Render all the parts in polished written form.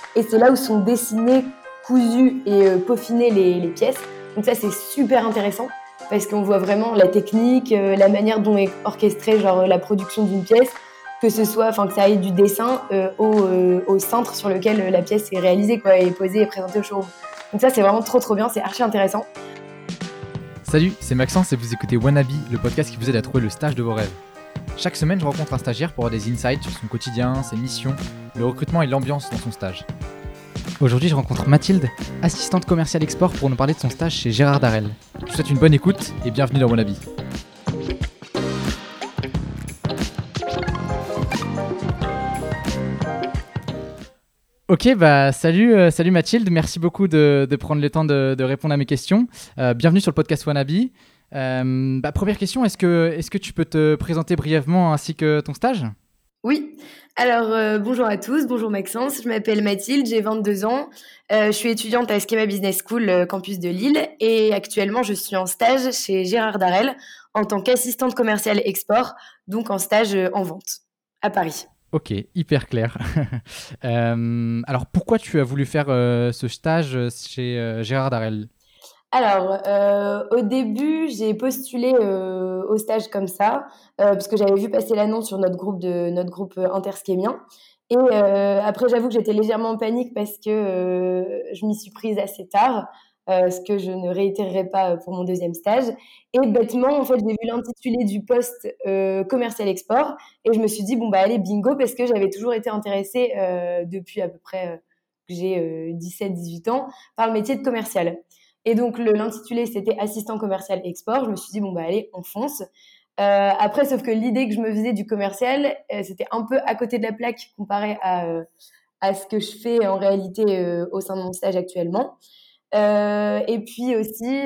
Et c'est là où sont dessinées, cousues et peaufinées les pièces. Donc ça, c'est super intéressant parce qu'on voit vraiment la technique, la manière dont est orchestrée la production d'une pièce, que ce soit, que ça aille du dessin au cintre sur lequel la pièce est réalisée, quoi, et posée et présentée au showroom. Donc ça, c'est vraiment trop bien, c'est archi intéressant. Salut, c'est Maxence et vous écoutez Wannabe, le podcast qui vous aide à trouver le stage de vos rêves. Chaque semaine, je rencontre un stagiaire pour avoir des insights sur son quotidien, ses missions, le recrutement et l'ambiance dans son stage. Aujourd'hui, je rencontre Mathilde, assistante commerciale export, pour nous parler de son stage chez Gérard Darel. Je vous souhaite une bonne écoute et bienvenue dans Wannabe. Ok, salut Mathilde, merci beaucoup de prendre le temps de répondre à mes questions. Bienvenue sur le podcast Wannabe. Première question, est-ce que tu peux te présenter brièvement ainsi que ton stage ? Oui, alors bonjour à tous, bonjour Maxence, je m'appelle Mathilde, j'ai 22 ans, je suis étudiante à Schema Business School, campus de Lille, et actuellement je suis en stage chez Gérard Darel en tant qu'assistante commerciale export, donc en stage en vente à Paris. Ok, hyper clair. Alors pourquoi tu as voulu faire ce stage chez Gérard Darel ? Alors, au début, j'ai postulé au stage comme ça, parce que j'avais vu passer l'annonce sur notre groupe interschémien. Et après, j'avoue que j'étais légèrement en panique parce que je m'y suis prise assez tard, ce que je ne réitérerai pas pour mon deuxième stage. Et bêtement, en fait, j'ai vu l'intitulé du poste commercial export et je me suis dit, bon, allez, bingo, parce que j'avais toujours été intéressée depuis à peu près que j'ai 17-18 ans par le métier de commercial. Et donc, l'intitulé, c'était assistant commercial export. Je me suis dit, allez, on fonce. Après, sauf que l'idée que je me faisais du commercial, c'était un peu à côté de la plaque comparé à ce que je fais en réalité au sein de mon stage actuellement. Et puis aussi,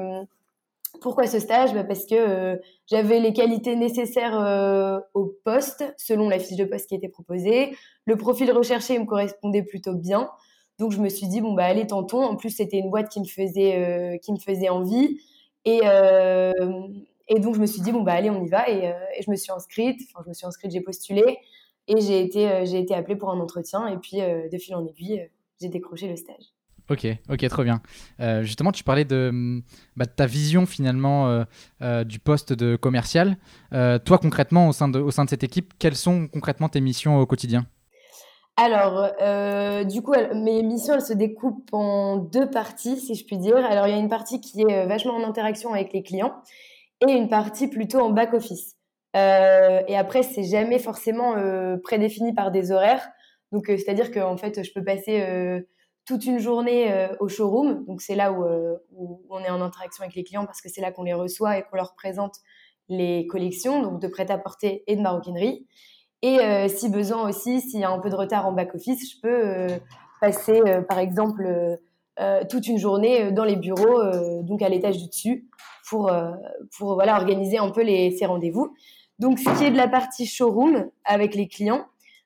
pourquoi ce stage ? Parce que j'avais les qualités nécessaires au poste, selon la fiche de poste qui était proposée. Le profil recherché me correspondait plutôt bien. Donc, je me suis dit, allez, tentons. En plus, c'était une boîte qui me faisait envie. Et, euh, et donc, je me suis dit, allez, on y va. Et je me suis inscrite. Enfin, je me suis inscrite, j'ai postulé. Et j'ai été appelée pour un entretien. Et puis, de fil en aiguille, j'ai décroché le stage. Ok, trop bien. Justement, tu parlais de ta vision finalement du poste de commercial. Toi, concrètement, au sein de cette équipe, quelles sont concrètement tes missions au quotidien ? Alors, du coup, mes missions, elles se découpent en deux parties, si je puis dire. Alors, il y a une partie qui est vachement en interaction avec les clients et une partie plutôt en back-office. Et après, c'est jamais forcément prédéfini par des horaires. Donc, c'est-à-dire qu'en fait, je peux passer toute une journée au showroom. Donc, c'est là où on est en interaction avec les clients parce que c'est là qu'on les reçoit et qu'on leur présente les collections, donc de prêt-à-porter et de maroquinerie. Et si besoin aussi, s'il y a un peu de retard en back-office, je peux passer, par exemple, toute une journée dans les bureaux, donc à l'étage du dessus, pour voilà, organiser un peu ces rendez-vous. Donc, ce qui est de la partie showroom avec les clients,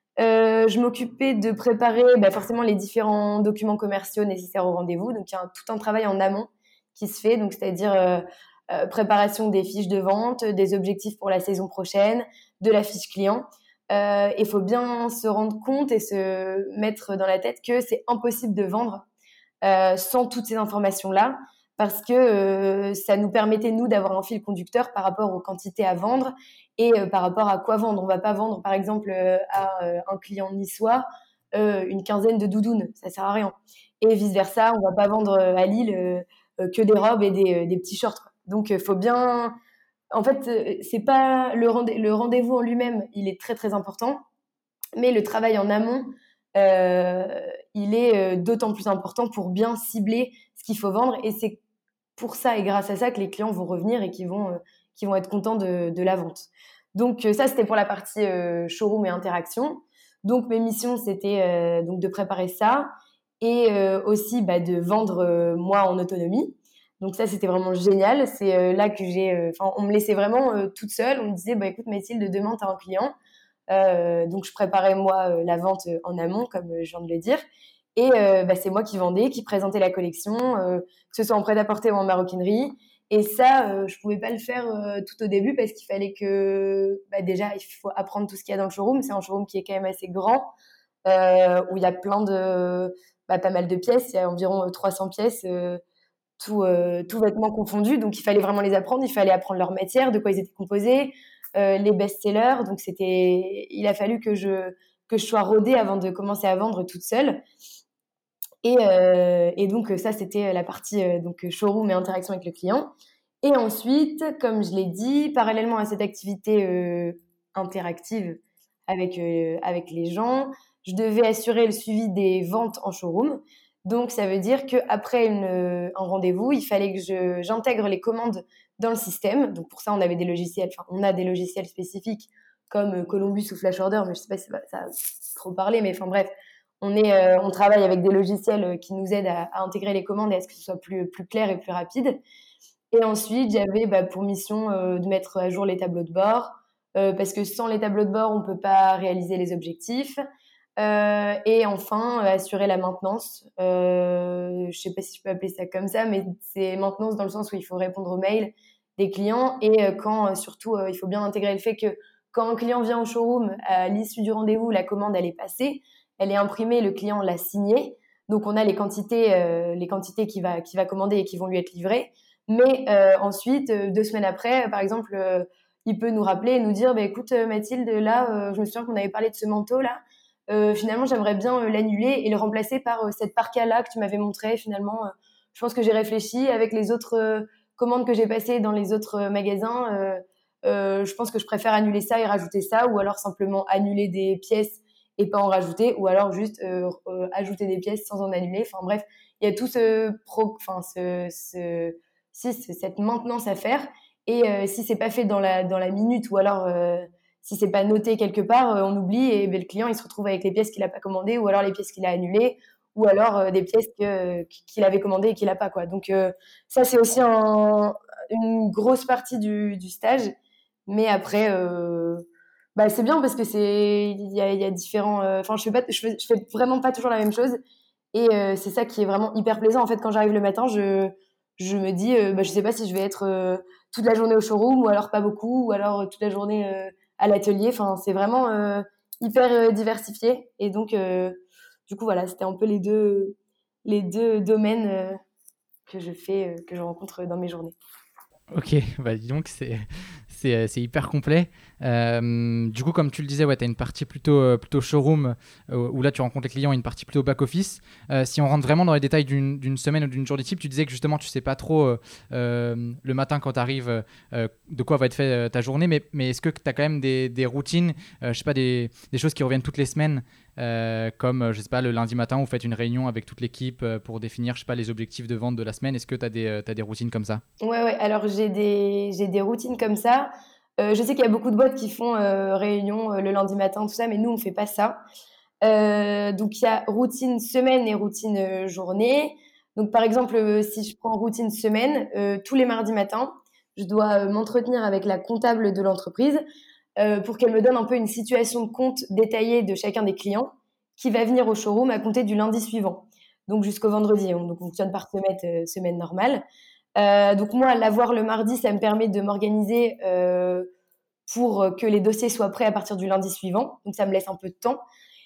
je m'occupais de préparer forcément les différents documents commerciaux nécessaires au rendez-vous. Donc, il y a tout un travail en amont qui se fait, donc c'est-à-dire préparation des fiches de vente, des objectifs pour la saison prochaine, de la fiche client. Il faut bien se rendre compte et se mettre dans la tête que c'est impossible de vendre sans toutes ces informations-là, parce que ça nous permettait, nous, d'avoir un fil conducteur par rapport aux quantités à vendre et par rapport à quoi vendre. On ne va pas vendre, par exemple, à un client niçois une quinzaine de doudounes, ça ne sert à rien. Et vice-versa, on ne va pas vendre à Lille que des robes et des petits shorts, quoi. Donc, il faut bien... En fait, c'est pas le rendez-vous en lui-même, il est très très important, mais le travail en amont, il est d'autant plus important pour bien cibler ce qu'il faut vendre. Et c'est pour ça et grâce à ça que les clients vont revenir et qui vont être contents de la vente. Donc ça, c'était pour la partie showroom et interaction. Donc mes missions, c'était donc de préparer ça et aussi de vendre moi en autonomie. Donc ça, c'était vraiment génial. C'est là que on me laissait vraiment toute seule. On me disait, écoute Mathilde, demain, tu as un client. Donc, je préparais, moi, la vente en amont, comme je viens de le dire. Et c'est moi qui vendais, qui présentais la collection, que ce soit en prêt-à-porter ou en maroquinerie. Et ça, je pouvais pas le faire tout au début parce qu'il fallait que... déjà, il faut apprendre tout ce qu'il y a dans le showroom. C'est un showroom qui est quand même assez grand. où il y a pas mal de pièces. Il y a environ 300 pièces, tout vêtements confondus. Donc, il fallait vraiment les apprendre. Il fallait apprendre leur matière, de quoi ils étaient composés, les best-sellers. Donc, il a fallu que je sois rodée avant de commencer à vendre toute seule. Et donc, ça, c'était la partie donc showroom et interaction avec le client. Et ensuite, comme je l'ai dit, parallèlement à cette activité interactive avec les gens, je devais assurer le suivi des ventes en showroom. Donc, ça veut dire qu'après un rendez-vous, il fallait que j'intègre les commandes dans le système. Donc, pour ça, on a des logiciels spécifiques comme Columbus ou Flash Order, mais je sais pas si ça va trop parler, mais enfin bref, on travaille avec des logiciels qui nous aident à intégrer les commandes et à ce que ce soit plus clair et plus rapide. Et ensuite, j'avais pour mission de mettre à jour les tableaux de bord, parce que sans les tableaux de bord, on ne peut pas réaliser les objectifs. Et enfin, assurer la maintenance. Je ne sais pas si je peux appeler ça comme ça, mais c'est maintenance dans le sens où il faut répondre aux mails des clients et surtout, il faut bien intégrer le fait que quand un client vient au showroom, à l'issue du rendez-vous, la commande, elle est passée, elle est imprimée, le client l'a signée. Donc, on a les quantités qu'il va commander et qui vont lui être livrées. Mais ensuite, 2 semaines après, par exemple, il peut nous rappeler et nous dire écoute, Mathilde, là, je me souviens qu'on avait parlé de ce manteau-là. Finalement, j'aimerais bien l'annuler et le remplacer par cette parka-là que tu m'avais montré. Finalement, je pense que j'ai réfléchi avec les autres commandes que j'ai passées dans les autres magasins. Je pense que je préfère annuler ça et rajouter ça, ou alors simplement annuler des pièces et pas en rajouter, ou alors juste ajouter des pièces sans en annuler. Enfin bref, il y a tout cette maintenance à faire. Et si c'est pas fait dans la minute, ou alors si c'est pas noté quelque part, on oublie et le client il se retrouve avec les pièces qu'il a pas commandées, ou alors les pièces qu'il a annulées, ou alors des pièces qu'il avait commandées et qu'il a pas quoi. Donc ça c'est aussi une grosse partie du stage. Mais après, c'est bien parce que il y a différents. Enfin, je fais vraiment pas toujours la même chose. Et c'est ça qui est vraiment hyper plaisant. En fait, quand j'arrive le matin, je me dis, je sais pas si je vais être toute la journée au showroom, ou alors pas beaucoup, ou alors toute la journée à l'atelier. Enfin, c'est vraiment hyper diversifié. Et donc, du coup, voilà, c'était un peu les deux domaines que je rencontre dans mes journées. Ok, bah dis donc, c'est hyper complet. Du coup, comme tu le disais, ouais, tu as une partie plutôt showroom où là tu rencontres les clients, et une partie plutôt back-office. Si on rentre vraiment dans les détails d'une semaine ou d'une journée type, tu disais que justement tu sais pas trop le matin quand tu arrives de quoi va être fait ta journée, mais est-ce que tu as quand même des routines, je sais pas, des choses qui reviennent toutes les semaines comme je sais pas, le lundi matin vous faites une réunion avec toute l'équipe pour définir je sais pas, les objectifs de vente de la semaine. Est-ce que tu as des routines comme ça? Ouais. Alors, j'ai des routines comme ça. Je sais qu'il y a beaucoup de boîtes qui font réunion le lundi matin, tout ça, mais nous, on fait pas ça. Donc, il y a routine semaine et routine journée. Donc, par exemple, si je prends routine semaine, tous les mardis matins, je dois m'entretenir avec la comptable de l'entreprise pour qu'elle me donne un peu une situation de compte détaillée de chacun des clients qui va venir au showroom à compter du lundi suivant, donc jusqu'au vendredi. Donc, on fonctionne par semaine normale. Donc moi, l'avoir le mardi, ça me permet de m'organiser pour que les dossiers soient prêts à partir du lundi suivant. Donc ça me laisse un peu de temps.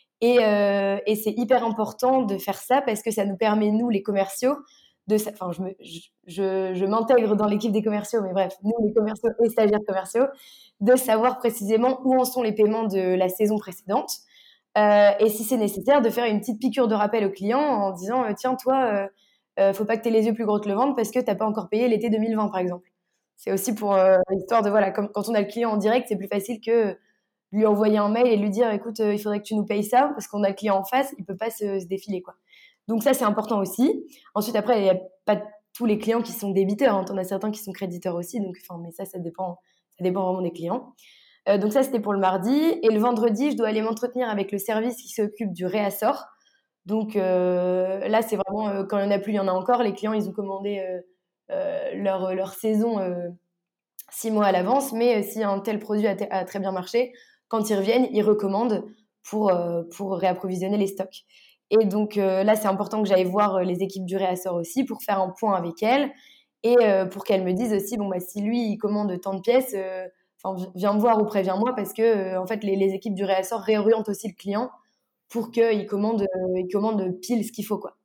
Et c'est hyper important de faire ça parce que ça nous permet, nous, les commerciaux, enfin, je m'intègre dans l'équipe des commerciaux, mais bref, nous, les commerciaux et stagiaires commerciaux, de savoir précisément où en sont les paiements de la saison précédente. Et si c'est nécessaire, de faire une petite piqûre de rappel au client en disant tiens, toi, faut pas que tu aies les yeux plus gros que le ventre parce que t'as pas encore payé l'été 2020, par exemple. C'est aussi pour l'histoire de, voilà, quand on a le client en direct, c'est plus facile que lui envoyer un mail et lui dire écoute, il faudrait que tu nous payes ça parce qu'on a le client en face, il peut pas se défiler, quoi. Donc ça, c'est important aussi. Ensuite, après, il y a pas tous les clients qui sont débiteurs, hein. T'en as certains qui sont créditeurs aussi, donc enfin, mais ça dépend vraiment des clients. Donc ça, c'était pour le mardi. Et le vendredi, je dois aller m'entretenir avec le service qui s'occupe du réassort. Donc là, c'est vraiment quand il n'y en a plus, il y en a encore. Les clients, ils ont commandé leur saison 6 mois à l'avance. Mais si un tel produit a très bien marché, quand ils reviennent, ils recommandent pour réapprovisionner les stocks. Et donc là, c'est important que j'aille voir les équipes du réassort aussi pour faire un point avec elles et pour qu'elles me disent aussi, bon, si lui, il commande tant de pièces, viens me voir ou préviens-moi parce que en fait, les équipes du réassort réorientent aussi le client pour qu'ils commandent pile ce qu'il faut, quoi.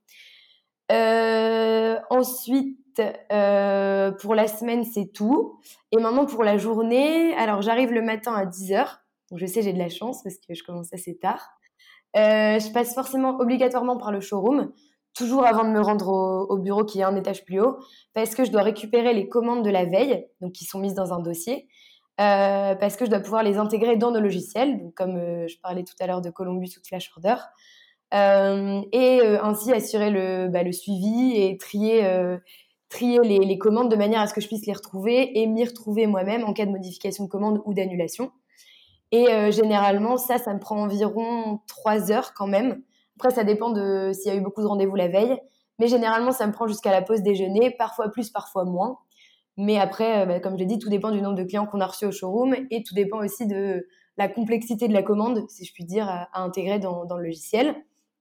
Ensuite, pour la semaine, c'est tout. Et maintenant, pour la journée, alors j'arrive le matin à 10h. Donc, je sais, j'ai de la chance parce que je commence assez tard. Je passe forcément obligatoirement par le showroom, toujours avant de me rendre au bureau qui est un étage plus haut, parce que je dois récupérer les commandes de la veille, donc qui sont mises dans un dossier, parce que je dois pouvoir les intégrer dans nos logiciels, donc comme je parlais tout à l'heure de Columbus ou de Flash Order, et ainsi assurer le suivi et trier les commandes de manière à ce que je puisse les retrouver et m'y retrouver moi-même en cas de modification de commande ou d'annulation. Et généralement, ça me prend environ 3 heures quand même. Après, ça dépend de s'il y a eu beaucoup de rendez-vous la veille. Mais généralement, ça me prend jusqu'à la pause déjeuner, parfois plus, parfois moins. Mais après, comme je l'ai dit, tout dépend du nombre de clients qu'on a reçus au showroom et tout dépend aussi de la complexité de la commande, si je puis dire, à intégrer dans le logiciel.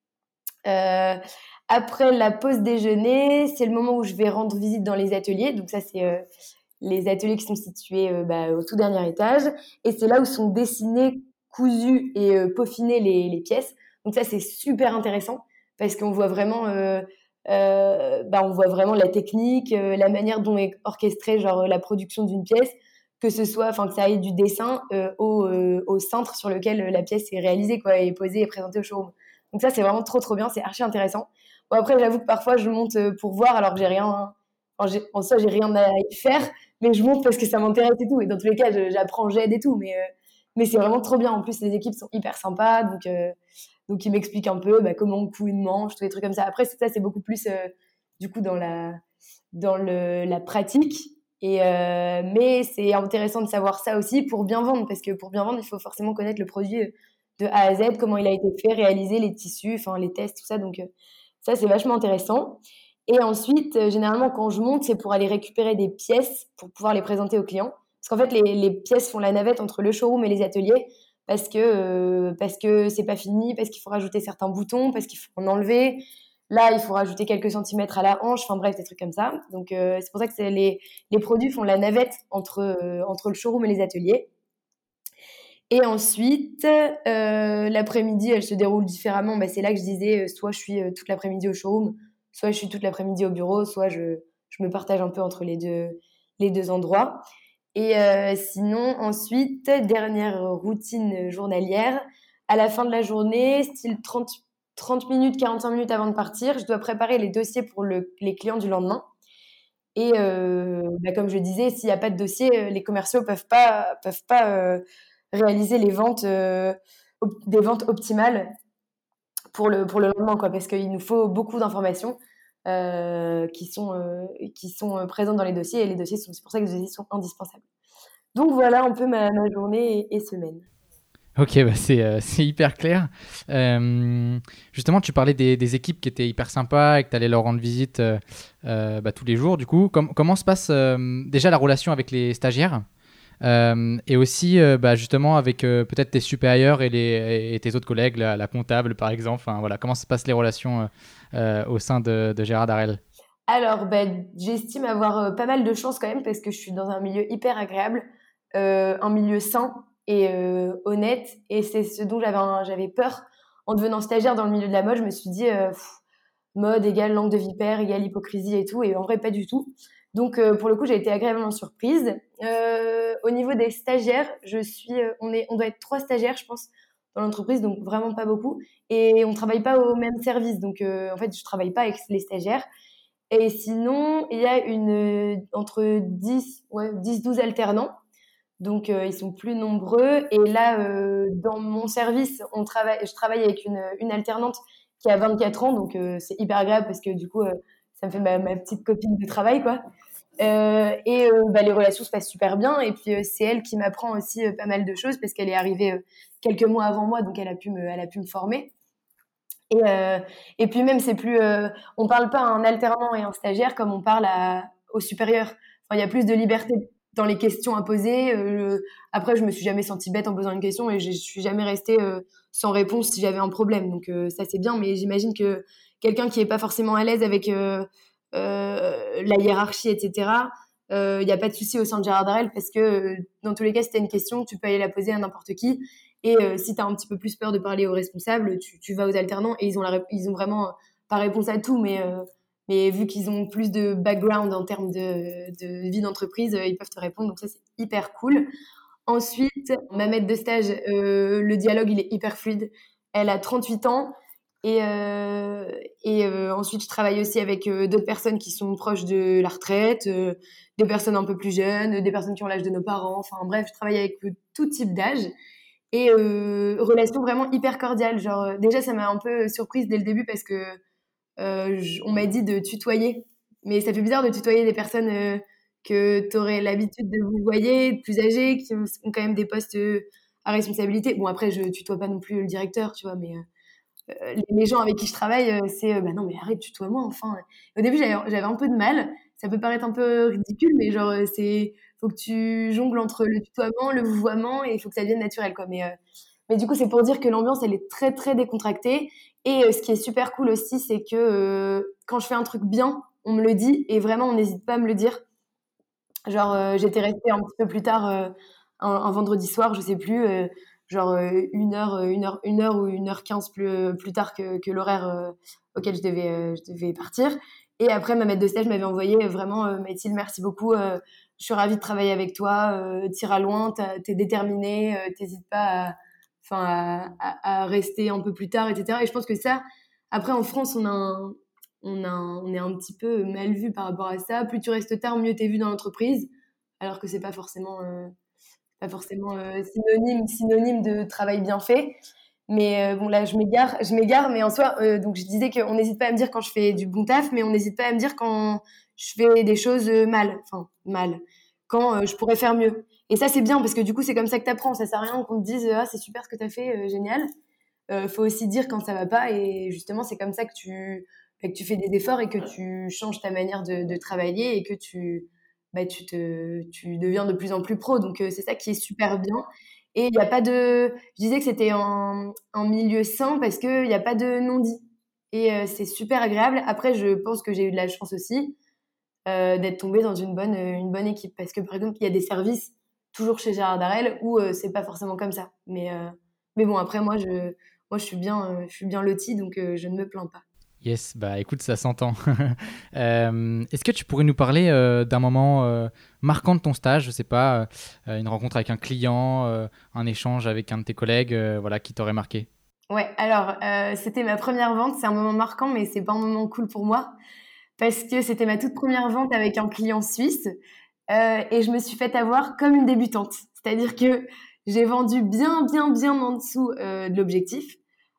Après la pause déjeuner, c'est le moment où je vais rendre visite dans les ateliers. Donc ça, c'est les ateliers qui sont situés au tout dernier étage. Et c'est là où sont dessinées, cousues et peaufinées les pièces. Donc ça, c'est super intéressant parce qu'on voit vraiment, on voit vraiment la technique, la manière dont est orchestrée genre, la production d'une pièce, que ce soit, enfin que ça aille du dessin au cintre sur lequel la pièce est réalisée, quoi, et posée et présentée au showroom. Donc ça, c'est vraiment trop, trop bien. C'est archi intéressant. Bon, après, j'avoue que parfois, je monte pour voir alors que j'ai rien... Enfin, en soi, j'ai rien à y faire, mais je monte parce que ça m'intéresse et tout. Et dans tous les cas, j'apprends, j'aide et tout. Mais c'est vraiment trop bien. En plus, les équipes sont hyper sympas. Donc ils m'expliquent un peu comment on coud une manche, tous les trucs comme ça. Après, ça, c'est beaucoup plus, du coup, dans la pratique. Mais c'est intéressant de savoir ça aussi pour bien vendre. Parce que pour bien vendre, il faut forcément connaître le produit de A à Z, comment il a été fait, réaliser les tissus, enfin les tests, tout ça. Donc ça, c'est vachement intéressant. Et ensuite, généralement, quand je monte, c'est pour aller récupérer des pièces pour pouvoir les présenter aux clients. Parce qu'en fait, les pièces font la navette entre le showroom et les ateliers parce que c'est pas fini, parce qu'il faut rajouter certains boutons, parce qu'il faut en enlever. Là, il faut rajouter quelques centimètres à la hanche, enfin bref, des trucs comme ça. Donc, c'est pour ça que les produits font la navette entre le showroom et les ateliers. Et ensuite, l'après-midi, elle se déroule différemment. C'est là que je disais, soit je suis toute l'après-midi au showroom, soit je suis toute l'après-midi au bureau, soit je me partage un peu entre les deux endroits. Et sinon, ensuite, dernière routine journalière, à la fin de la journée, style 30 minutes, 45 minutes avant de partir, je dois préparer les dossiers pour les clients du lendemain. Et comme je disais, s'il n'y a pas de dossier, les commerciaux peuvent pas réaliser les ventes, des ventes optimales pour le lendemain, quoi, parce qu'il nous faut beaucoup d'informations qui sont présentes dans les dossiers, et les dossiers c'est pour ça que les dossiers sont indispensables. Donc voilà un peu ma journée et semaine. Ok, c'est hyper clair. Justement, tu parlais des équipes qui étaient hyper sympas et que tu allais leur rendre visite tous les jours. Du coup, comment se passe déjà la relation avec les stagiaires et aussi justement avec peut-être tes supérieurs et tes autres collègues, la comptable par exemple. Enfin, voilà, comment se passent les relations au sein de Gérard Darel? Alors, j'estime avoir pas mal de chance quand même parce que je suis dans un milieu hyper agréable, un milieu sain et honnête. Et c'est ce dont j'avais peur en devenant stagiaire dans le milieu de la mode. Je me suis dit, mode égale langue de vipère, égale hypocrisie et tout. Et en vrai, pas du tout. Donc, pour le coup, j'ai été agréablement surprise. Au niveau des stagiaires, on doit être 3 stagiaires, je pense, dans l'entreprise, donc vraiment pas beaucoup. Et on travaille pas au même service. Donc, en fait, je travaille pas avec les stagiaires. Et sinon, il y a entre 10-12 alternants. Donc, ils sont plus nombreux. Et là, dans mon service, je travaille avec une alternante qui a 24 ans. Donc, c'est hyper agréable parce que du coup, ça me fait ma petite copine de travail, quoi. Les relations se passent super bien. Et puis, c'est elle qui m'apprend aussi pas mal de choses parce qu'elle est arrivée quelques mois avant moi. Donc, elle a pu me former. Et puis même, on parle pas à un alternant et un stagiaire comme on parle au supérieur. Enfin, il y a plus de liberté dans les questions à poser. Après, je me suis jamais sentie bête en posant une question et je suis jamais restée sans réponse si j'avais un problème. Donc ça, c'est bien, mais j'imagine que quelqu'un qui est pas forcément à l'aise avec la hiérarchie, etc., il n'y a pas de souci au sein de Gérard Darel parce que dans tous les cas, si tu as une question, tu peux aller la poser à n'importe qui. Et si tu as un petit peu plus peur de parler aux responsables, tu vas aux alternants et ils ont vraiment pas réponse à tout, mais vu qu'ils ont plus de background en termes de vie d'entreprise, ils peuvent te répondre. Donc ça, c'est hyper cool. Ensuite, ma maître de stage, le dialogue, il est hyper fluide. Elle a 38 ans. Ensuite, je travaille aussi avec d'autres personnes qui sont proches de la retraite, des personnes un peu plus jeunes, des personnes qui ont l'âge de nos parents. Enfin bref, je travaille avec tout type d'âge. Et relation vraiment hyper cordiale. Genre, déjà, ça m'a un peu surprise dès le début parce que on m'a dit de tutoyer. Mais ça fait bizarre de tutoyer des personnes que tu aurais l'habitude de vous voyer, plus âgées, qui ont quand même des postes à responsabilité. Bon, après, je tutoie pas non plus le directeur, tu vois, mais les gens avec qui je travaille, c'est bah non, mais arrête, tutoie-moi, enfin. Au début, j'avais un peu de mal. Ça peut paraître un peu ridicule, mais genre, faut que tu jongles entre le tutoiement, le vouvoiement, et il faut que ça devienne naturel, quoi. Mais du coup, c'est pour dire que l'ambiance, elle est très, très décontractée. Et ce qui est super cool aussi, c'est que quand je fais un truc bien, on me le dit, et vraiment, on n'hésite pas à me le dire. Genre, j'étais restée un petit peu plus tard, un vendredi soir, je sais plus, genre 1 heure ou 1h15 plus tard que l'horaire auquel je devais partir. Et après, ma maître de stage m'avait envoyé vraiment Mathilde, merci beaucoup, je suis ravie de travailler avec toi, t'iras loin, t'es déterminée, t'hésites pas à rester un peu plus tard, etc. Et je pense que ça, après en France, on est un petit peu mal vu par rapport à ça. Plus tu restes tard, mieux t'es vu dans l'entreprise, alors que c'est pas forcément synonyme de travail bien fait. Mais bon, là, je m'égare, mais en soi, donc je disais qu'on n'hésite pas à me dire quand je fais du bon taf, mais on n'hésite pas à me dire quand je fais des choses mal, quand je pourrais faire mieux. Et ça, c'est bien, parce que du coup, c'est comme ça que t'apprends. Ça sert à rien qu'on te dise, ah, c'est super ce que t'as fait, génial. Faut aussi dire quand ça va pas, et justement, c'est comme ça que tu fais des efforts et que tu changes ta manière de travailler et que tu deviens de plus en plus pro. Donc, c'est ça qui est super bien. Et il n'y a pas de. Je disais que c'était un milieu sain parce qu'il n'y a pas de non-dit. Et c'est super agréable. Après, je pense que j'ai eu de la chance aussi d'être tombée dans une bonne équipe. Parce que, par exemple, il y a des services, toujours chez Gérard Darrel, où c'est pas forcément comme ça. Mais bon, après, je suis bien lotie, donc je ne me plains pas. Yes, bah écoute, ça s'entend. Est-ce que tu pourrais nous parler d'un moment marquant de ton stage, je sais pas, une rencontre avec un client, un échange avec un de tes collègues, voilà, qui t'aurait marqué? Ouais, alors c'était ma première vente, c'est un moment marquant, mais c'est pas un moment cool pour moi parce que c'était ma toute première vente avec un client suisse et je me suis fait avoir comme une débutante. C'est-à-dire que j'ai vendu bien, bien, bien en dessous de l'objectif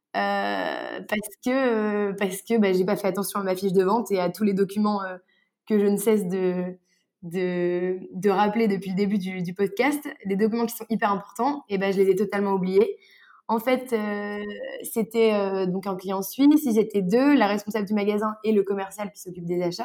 parce que bah, j'ai pas fait attention à ma fiche de vente et à tous les documents que je ne cesse de rappeler depuis le début du podcast, des documents qui sont hyper importants, et ben je les ai totalement oubliés. En fait, c'était donc un client suisse, ils étaient deux, la responsable du magasin et le commercial qui s'occupe des achats.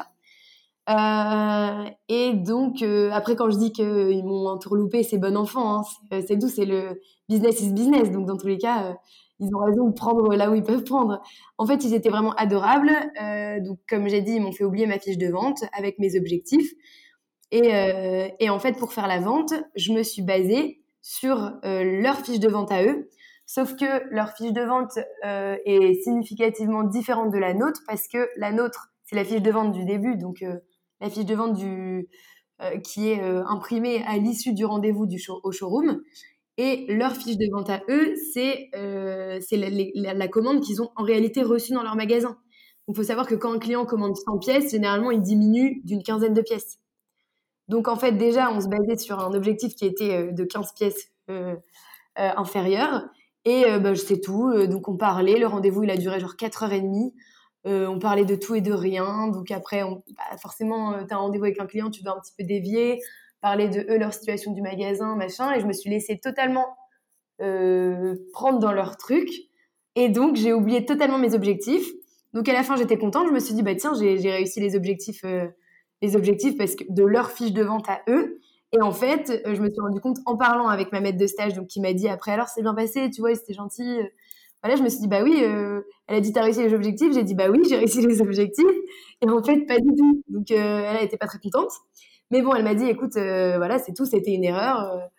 Et donc, après, quand je dis qu'ils m'ont entourloupé, c'est bon enfant, hein, c'est doux, c'est le business is business. Donc, dans tous les cas, ils ont raison de prendre là où ils peuvent prendre. En fait, ils étaient vraiment adorables. Donc, comme j'ai dit, ils m'ont fait oublier ma fiche de vente avec mes objectifs. Et en fait, pour faire la vente, je me suis basée sur leur fiche de vente à eux. Sauf que leur fiche de vente est significativement différente de la nôtre parce que la nôtre, c'est la fiche de vente du début, donc la fiche de vente qui est imprimée à l'issue du rendez-vous au showroom. Et leur fiche de vente à eux, c'est la commande qu'ils ont en réalité reçue dans leur magasin. Donc, il faut savoir que quand un client commande 100 pièces, généralement, il diminue d'une quinzaine de pièces. Donc, en fait, déjà, on se basait sur un objectif qui était de 15 pièces inférieures. Et bah, c'est tout. Donc, on parlait. Le rendez-vous, il a duré genre 4h30. On parlait de tout et de rien. Donc, après, forcément, tu as un rendez-vous avec un client, tu dois un petit peu dévier, parler de eux, leur situation du magasin, machin. Et je me suis laissée totalement prendre dans leur truc. Et donc, j'ai oublié totalement mes objectifs. Donc, à la fin, j'étais contente. Je me suis dit, bah tiens, j'ai réussi les objectifs parce que de leur fiche de vente à eux. Et en fait, je me suis rendu compte en parlant avec ma maître de stage, donc qui m'a dit après, alors c'est bien passé, tu vois, c'était gentil. Voilà, je me suis dit, bah oui, elle a dit, t'as réussi les objectifs. J'ai dit, bah oui, j'ai réussi les objectifs. Et en fait, pas du tout. Donc, elle était pas très contente. Mais bon, elle m'a dit, écoute, voilà, c'est tout, c'était une erreur.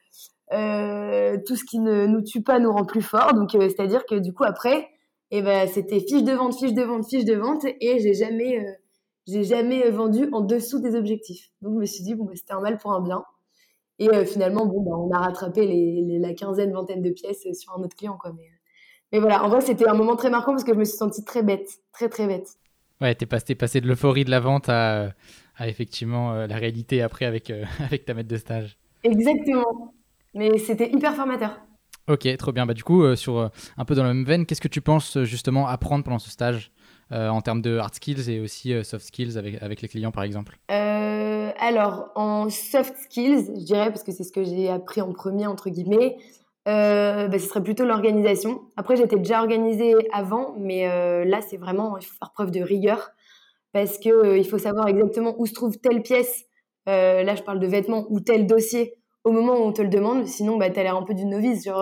tout ce qui ne nous tue pas nous rend plus forts. Donc, c'est-à-dire que du coup, après, c'était fiche de vente, fiche de vente, fiche de vente, et j'ai jamais vendu en dessous des objectifs. Donc, je me suis dit, bon, c'était un mal pour un bien. Et finalement, on a rattrapé la quinzaine, vingtaine de pièces sur un autre client, quoi. Mais voilà, en vrai, c'était un moment très marquant parce que je me suis sentie très bête, très, très bête. Ouais, t'es passé de l'euphorie de la vente à effectivement la réalité après avec, avec ta maître de stage. Exactement. Mais c'était hyper formateur. Ok, trop bien. Bah, du coup, un peu dans la même veine, qu'est-ce que tu penses justement apprendre pendant ce stage en termes de hard skills et aussi soft skills avec les clients par exemple? Alors, en soft skills, je dirais, parce que c'est ce que j'ai appris en premier, entre guillemets, ce serait plutôt l'organisation. Après, j'étais déjà organisée avant, mais là, c'est vraiment, il faut faire preuve de rigueur parce que il faut savoir exactement où se trouve telle pièce. Là, je parle de vêtements ou tel dossier au moment où on te le demande. Sinon, t'as l'air un peu d'une novice. Genre,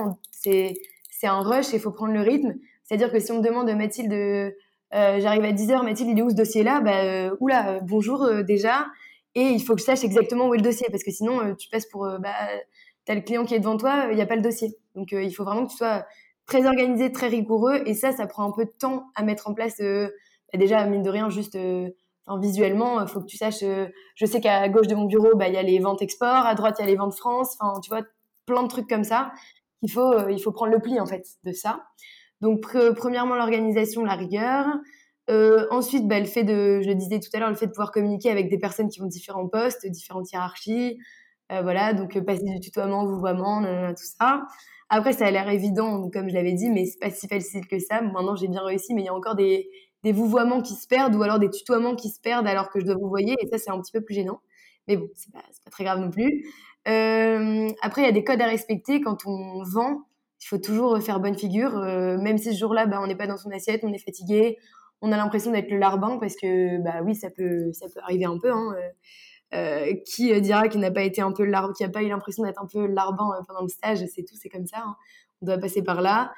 c'est un rush et il faut prendre le rythme. C'est-à-dire que si on me demande, Mathilde, j'arrive à 10h, Mathilde, il est où ce dossier-là? Oula, bonjour déjà. Et il faut que je sache exactement où est le dossier parce que sinon, tu passes pour, t'as le client qui est devant toi, il n'y a pas le dossier. Donc, il faut vraiment que tu sois très organisé, très rigoureux. Et ça prend un peu de temps à mettre en place. Déjà, mine de rien, juste visuellement, il faut que tu saches. Je sais qu'à gauche de mon bureau, il y a les ventes export, à droite, il y a les ventes France. Enfin, tu vois, plein de trucs comme ça. Il faut prendre le pli, en fait, de ça. Donc, premièrement, l'organisation, la rigueur. Ensuite, le fait je le disais tout à l'heure, le fait de pouvoir communiquer avec des personnes qui ont différents postes, différentes hiérarchies. Voilà, donc passer du tutoiement au vouvoiement, tout ça. Après, ça a l'air évident, donc, comme je l'avais dit, mais c'est pas si facile que ça. Maintenant, j'ai bien réussi, mais il y a encore des vouvoiements qui se perdent ou alors des tutoiements qui se perdent alors que je dois vous voyer, et ça, c'est un petit peu plus gênant. Mais bon, c'est pas très grave non plus. Après, il y a des codes à respecter quand on vend. Il faut toujours faire bonne figure, même si ce jour-là, on n'est pas dans son assiette, on est fatigué, on a l'impression d'être le larbin parce que, oui, ça peut arriver un peu, hein. Qui dira qu'il n'a pas été un peu qui a pas eu l'impression d'être un peu le larbin pendant le stage, c'est tout, c'est comme ça, hein. On doit passer par là.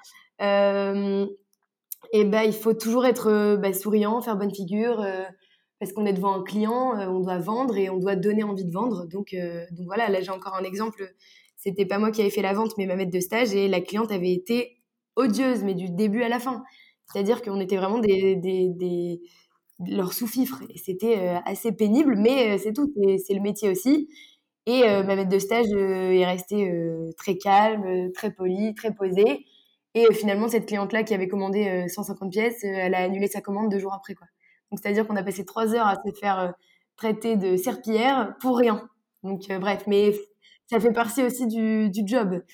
Il faut toujours être souriant, faire bonne figure, parce qu'on est devant un client, on doit vendre et on doit donner envie de vendre. Donc voilà, là j'ai encore un exemple. C'était pas moi qui avais fait la vente, mais ma maître de stage, et la cliente avait été odieuse, mais du début à la fin. C'est-à-dire qu'on était vraiment leurs sous-fifres, et c'était assez pénible, mais c'est tout, c'est le métier aussi. Et ma maître de stage est restée très calme, très polie, très posée. Et finalement, cette cliente-là qui avait commandé 150 pièces, elle a annulé sa commande 2 jours après, quoi. Donc, c'est-à-dire qu'on a passé 3 heures à se faire traiter de serpillière pour rien. Donc, bref, mais ça fait partie aussi du job.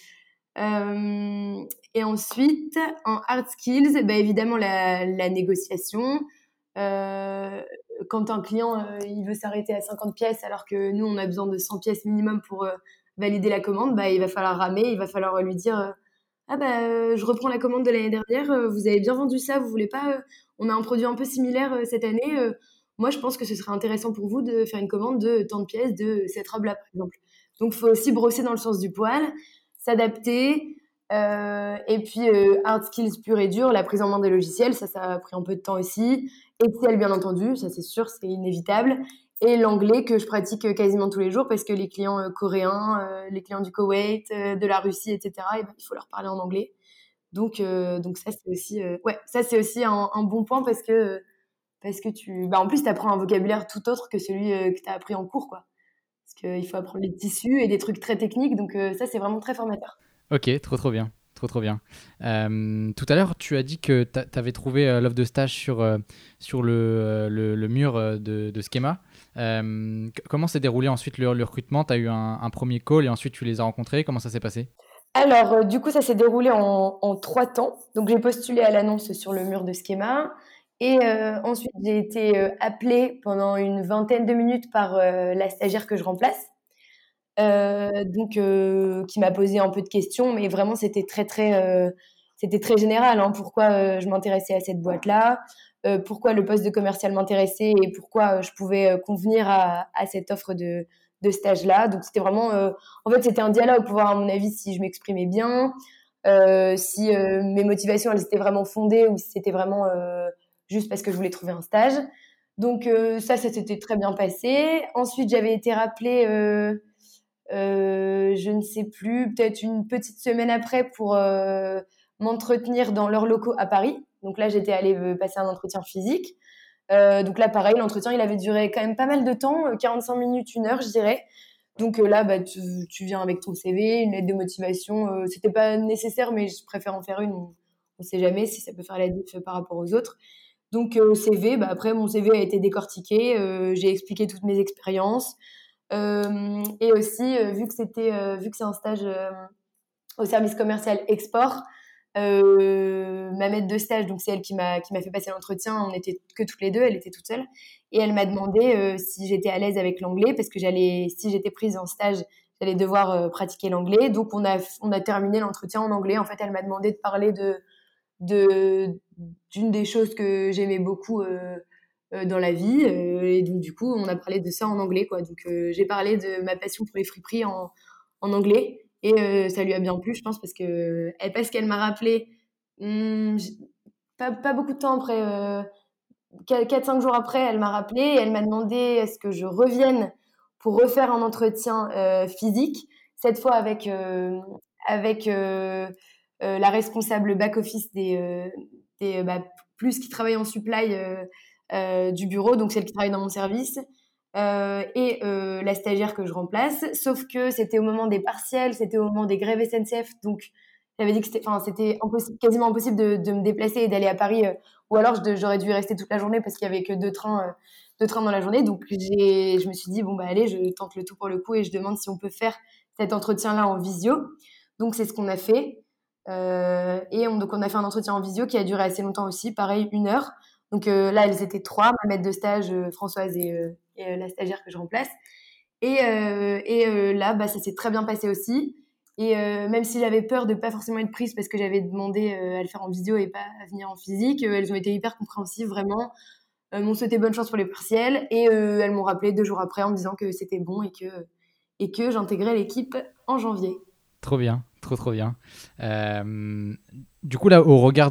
Et ensuite, en hard skills, évidemment, la négociation. Euh, Quand un client il veut s'arrêter à 50 pièces alors que nous, on a besoin de 100 pièces minimum pour valider la commande, il va falloir ramer, il va falloir lui dire je reprends la commande de l'année dernière, vous avez bien vendu ça, vous voulez pas on a un produit un peu similaire cette année, moi je pense que ce serait intéressant pour vous de faire une commande de tant de pièces de cette robe-là, par exemple. Donc, il faut aussi brosser dans le sens du poil, s'adapter. Et puis, hard skills pur et dur, la prise en main des logiciels, ça a pris un peu de temps aussi. Excel, bien entendu, ça c'est sûr, c'est inévitable. Et l'anglais que je pratique quasiment tous les jours parce que les clients coréens, les clients du Koweït, de la Russie, etc., il faut leur parler en anglais. Donc ça c'est aussi, ça c'est aussi un bon point parce que en plus tu apprends un vocabulaire tout autre que celui que tu as appris en cours, quoi. Parce qu'il faut apprendre les tissus et des trucs très techniques, donc ça c'est vraiment très formateur. Ok, trop bien. Trop bien. Tout à l'heure, tu as dit que tu avais trouvé l'offre de stage sur le mur de Schema. Comment s'est déroulé ensuite le recrutement? Tu as eu un premier call et ensuite tu les as rencontrés. Comment ça s'est passé? Alors, du coup, ça s'est déroulé en 3 temps. Donc, j'ai postulé à l'annonce sur le mur de Schema. Et ensuite, j'ai été appelée pendant une vingtaine de minutes par la stagiaire que je remplace. Qui m'a posé un peu de questions, mais vraiment, c'était très général, hein. Pourquoi je m'intéressais à cette boîte-là, pourquoi le poste de commercial m'intéressait et pourquoi je pouvais convenir à cette offre de stage-là. Donc, c'était vraiment... en fait, c'était un dialogue pour voir, à mon avis, si je m'exprimais bien, si mes motivations, elles étaient vraiment fondées ou si c'était vraiment juste parce que je voulais trouver un stage. Donc, ça s'était très bien passé. Ensuite, j'avais été rappelée je ne sais plus, peut-être une petite semaine après pour m'entretenir dans leurs locaux à Paris. Donc là, j'étais allée passer un entretien physique. Donc là, pareil, l'entretien, il avait duré quand même pas mal de temps, 45 minutes, 1 heure, je dirais. Donc là, tu viens avec ton CV, une lettre de motivation. C'était pas nécessaire, mais je préfère en faire une. On sait jamais si ça peut faire la diff par rapport aux autres. Donc CV, après mon CV a été décortiqué, j'ai expliqué toutes mes expériences. Et aussi, vu que c'est un stage au service commercial export, ma maître de stage, donc c'est elle qui m'a fait passer l'entretien, on n'était que toutes les deux, elle était toute seule, et elle m'a demandé si j'étais à l'aise avec l'anglais, parce que si j'étais prise en stage, j'allais devoir pratiquer l'anglais. Donc on a terminé l'entretien en anglais. En fait, elle m'a demandé de parler d'une des choses que j'aimais beaucoup dans la vie, et donc du coup on a parlé de ça en anglais, quoi. Donc j'ai parlé de ma passion pour les friperies en anglais, et ça lui a bien plu, je pense, parce qu'elle m'a rappelé, pas beaucoup de temps après, 4-5 jours après, elle m'a rappelé et elle m'a demandé est-ce que je revienne pour refaire un entretien physique, cette fois avec la responsable back-office plus qui travaille en supply du bureau, donc celle qui travaille dans mon service, et la stagiaire que je remplace. Sauf que c'était au moment des partiels, c'était au moment des grèves SNCF, donc j'avais dit que c'était quasiment impossible de me déplacer et d'aller à Paris, ou alors j'aurais dû y rester toute la journée parce qu'il y avait que deux trains dans la journée. Donc je me suis dit bon bah allez, je tente le tout pour le coup et je demande si on peut faire cet entretien-là en visio. Donc c'est ce qu'on a fait. Donc on a fait un entretien en visio qui a duré assez longtemps aussi, pareil 1 heure. Donc là elles étaient 3, ma maître de stage Françoise et la stagiaire que je remplace. Et là ça s'est très bien passé aussi. Et même si j'avais peur de pas forcément être prise parce que j'avais demandé à le faire en visio et pas à venir en physique, elles ont été hyper compréhensives, vraiment. M'ont souhaité bonne chance pour les partiels, et elles m'ont rappelé 2 jours après en me disant que c'était bon et que j'intégrais l'équipe en janvier. Trop bien, trop bien. Du coup, là, au regard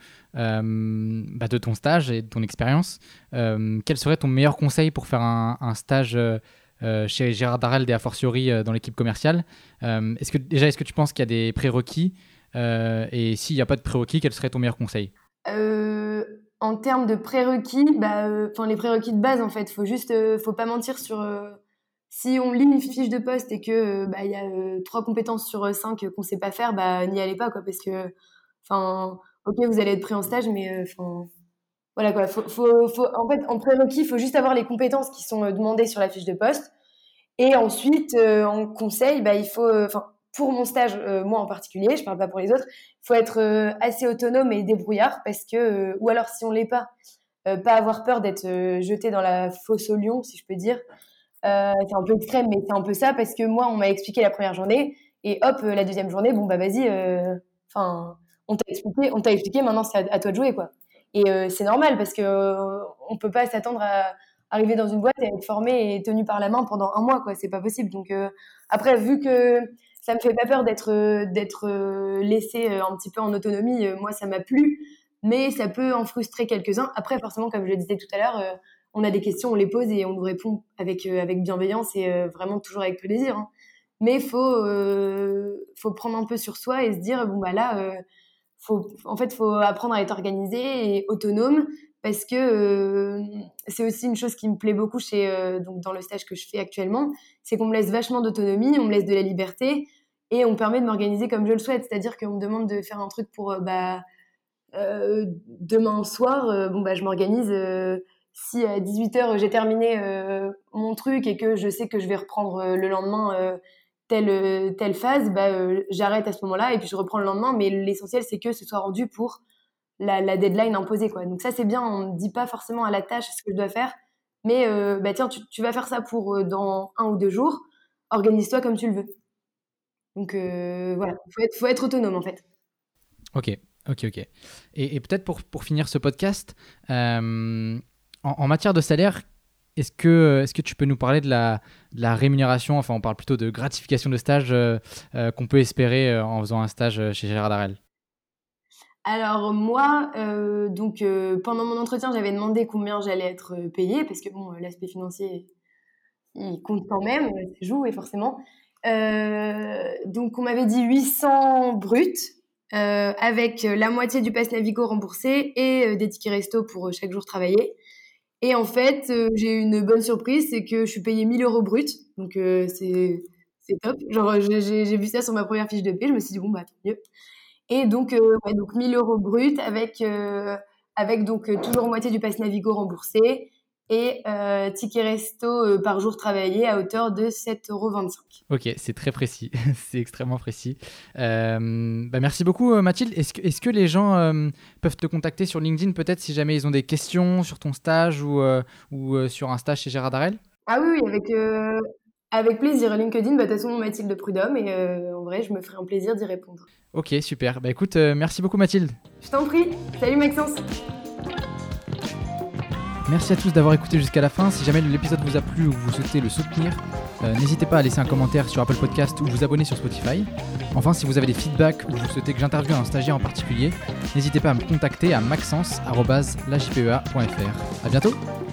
de ton stage et de ton expérience, quel serait ton meilleur conseil pour faire un stage chez Gérard Darel et a fortiori dans l'équipe commerciale? Est-ce que tu penses qu'il y a des prérequis? Et s'il n'y a pas de prérequis, quel serait ton meilleur conseil? En termes de prérequis, les prérequis de base, en fait, faut pas mentir sur. Si on lit une fiche de poste et que il y a 3 compétences sur 5 qu'on sait pas faire, n'y allez pas, quoi, parce que, ok, vous allez être pris en stage, mais voilà, quoi. En fait, en prérequis, il faut juste avoir les compétences qui sont demandées sur la fiche de poste. Et ensuite, en conseil, pour mon stage, moi en particulier, je parle pas pour les autres, il faut être assez autonome et débrouillard, parce que, ou alors si on l'est pas avoir peur d'être jeté dans la fosse au lion, si je peux dire. C'est un peu extrême, mais c'est un peu ça, parce que moi, on m'a expliqué la première journée, et hop, la deuxième journée, bon bah vas-y, on t'a expliqué, maintenant c'est à toi de jouer, quoi. Et c'est normal, parce que on peut pas s'attendre à arriver dans une boîte et être formé et tenu par la main pendant 1 mois, quoi. C'est pas possible. Donc après, vu que ça me fait pas peur d'être laissée un petit peu en autonomie, moi ça m'a plu, mais ça peut en frustrer quelques-uns. Après, forcément, comme je le disais tout à l'heure, on a des questions, on les pose et on nous répond avec bienveillance et vraiment toujours avec plaisir, hein. Mais faut prendre un peu sur soi et se dire bon bah là, faut apprendre à être organisé et autonome, parce que c'est aussi une chose qui me plaît beaucoup donc dans le stage que je fais actuellement, c'est qu'on me laisse vachement d'autonomie, on me laisse de la liberté, et on me permet de m'organiser comme je le souhaite. C'est-à-dire qu'on me demande de faire un truc pour demain soir, je m'organise. Si à 18 h j'ai terminé mon truc et que je sais que je vais reprendre le lendemain telle phase, j'arrête à ce moment-là et puis je reprends le lendemain. Mais l'essentiel, c'est que ce soit rendu pour la deadline imposée, quoi. Donc ça, c'est bien. On ne dit pas forcément à la tâche ce que je dois faire, mais tiens, tu vas faire ça pour dans 1 ou 2 jours. Organise-toi comme tu le veux. Donc voilà, faut être autonome, en fait. Ok. Et peut-être pour finir ce podcast, en matière de salaire, est-ce que tu peux nous parler de la rémunération? Enfin, on parle plutôt de gratification de stage qu'on peut espérer en faisant un stage chez Gérard Darel. Alors moi, pendant mon entretien, j'avais demandé combien j'allais être payée, parce que bon, l'aspect financier, il compte quand même, ça joue, et forcément. Donc, on m'avait dit 800 bruts, avec la moitié du pass Navigo remboursé et des tickets resto pour chaque jour travaillé. Et en fait, j'ai eu une bonne surprise, c'est que je suis payée 1 000 € brut. Donc, c'est top. Genre, j'ai vu ça sur ma première fiche de paie. Je me suis dit, bon, bah, tant mieux. Et donc, ouais, donc 1 000 € brut avec donc toujours moitié du pass Navigo remboursé et ticket resto par jour travaillé à hauteur de 7,25 €. Ok, c'est très précis, c'est extrêmement précis. Merci beaucoup Mathilde. Est-ce que les gens peuvent te contacter sur LinkedIn peut-être si jamais ils ont des questions sur ton stage ou sur un stage chez Gérard Darel? Ah oui, avec plaisir. LinkedIn, bah, de toute façon, Mathilde Prudhomme et en vrai, je me ferai un plaisir d'y répondre. Ok, super. Bah écoute, merci beaucoup Mathilde. Je t'en prie. Salut Maxence. Merci à tous d'avoir écouté jusqu'à la fin. Si jamais l'épisode vous a plu ou vous souhaitez le soutenir, n'hésitez pas à laisser un commentaire sur Apple Podcast ou vous abonner sur Spotify. Enfin, si vous avez des feedbacks ou vous souhaitez que j'interviewe un stagiaire en particulier, n'hésitez pas à me contacter à maxence@lajpea.fr. À bientôt.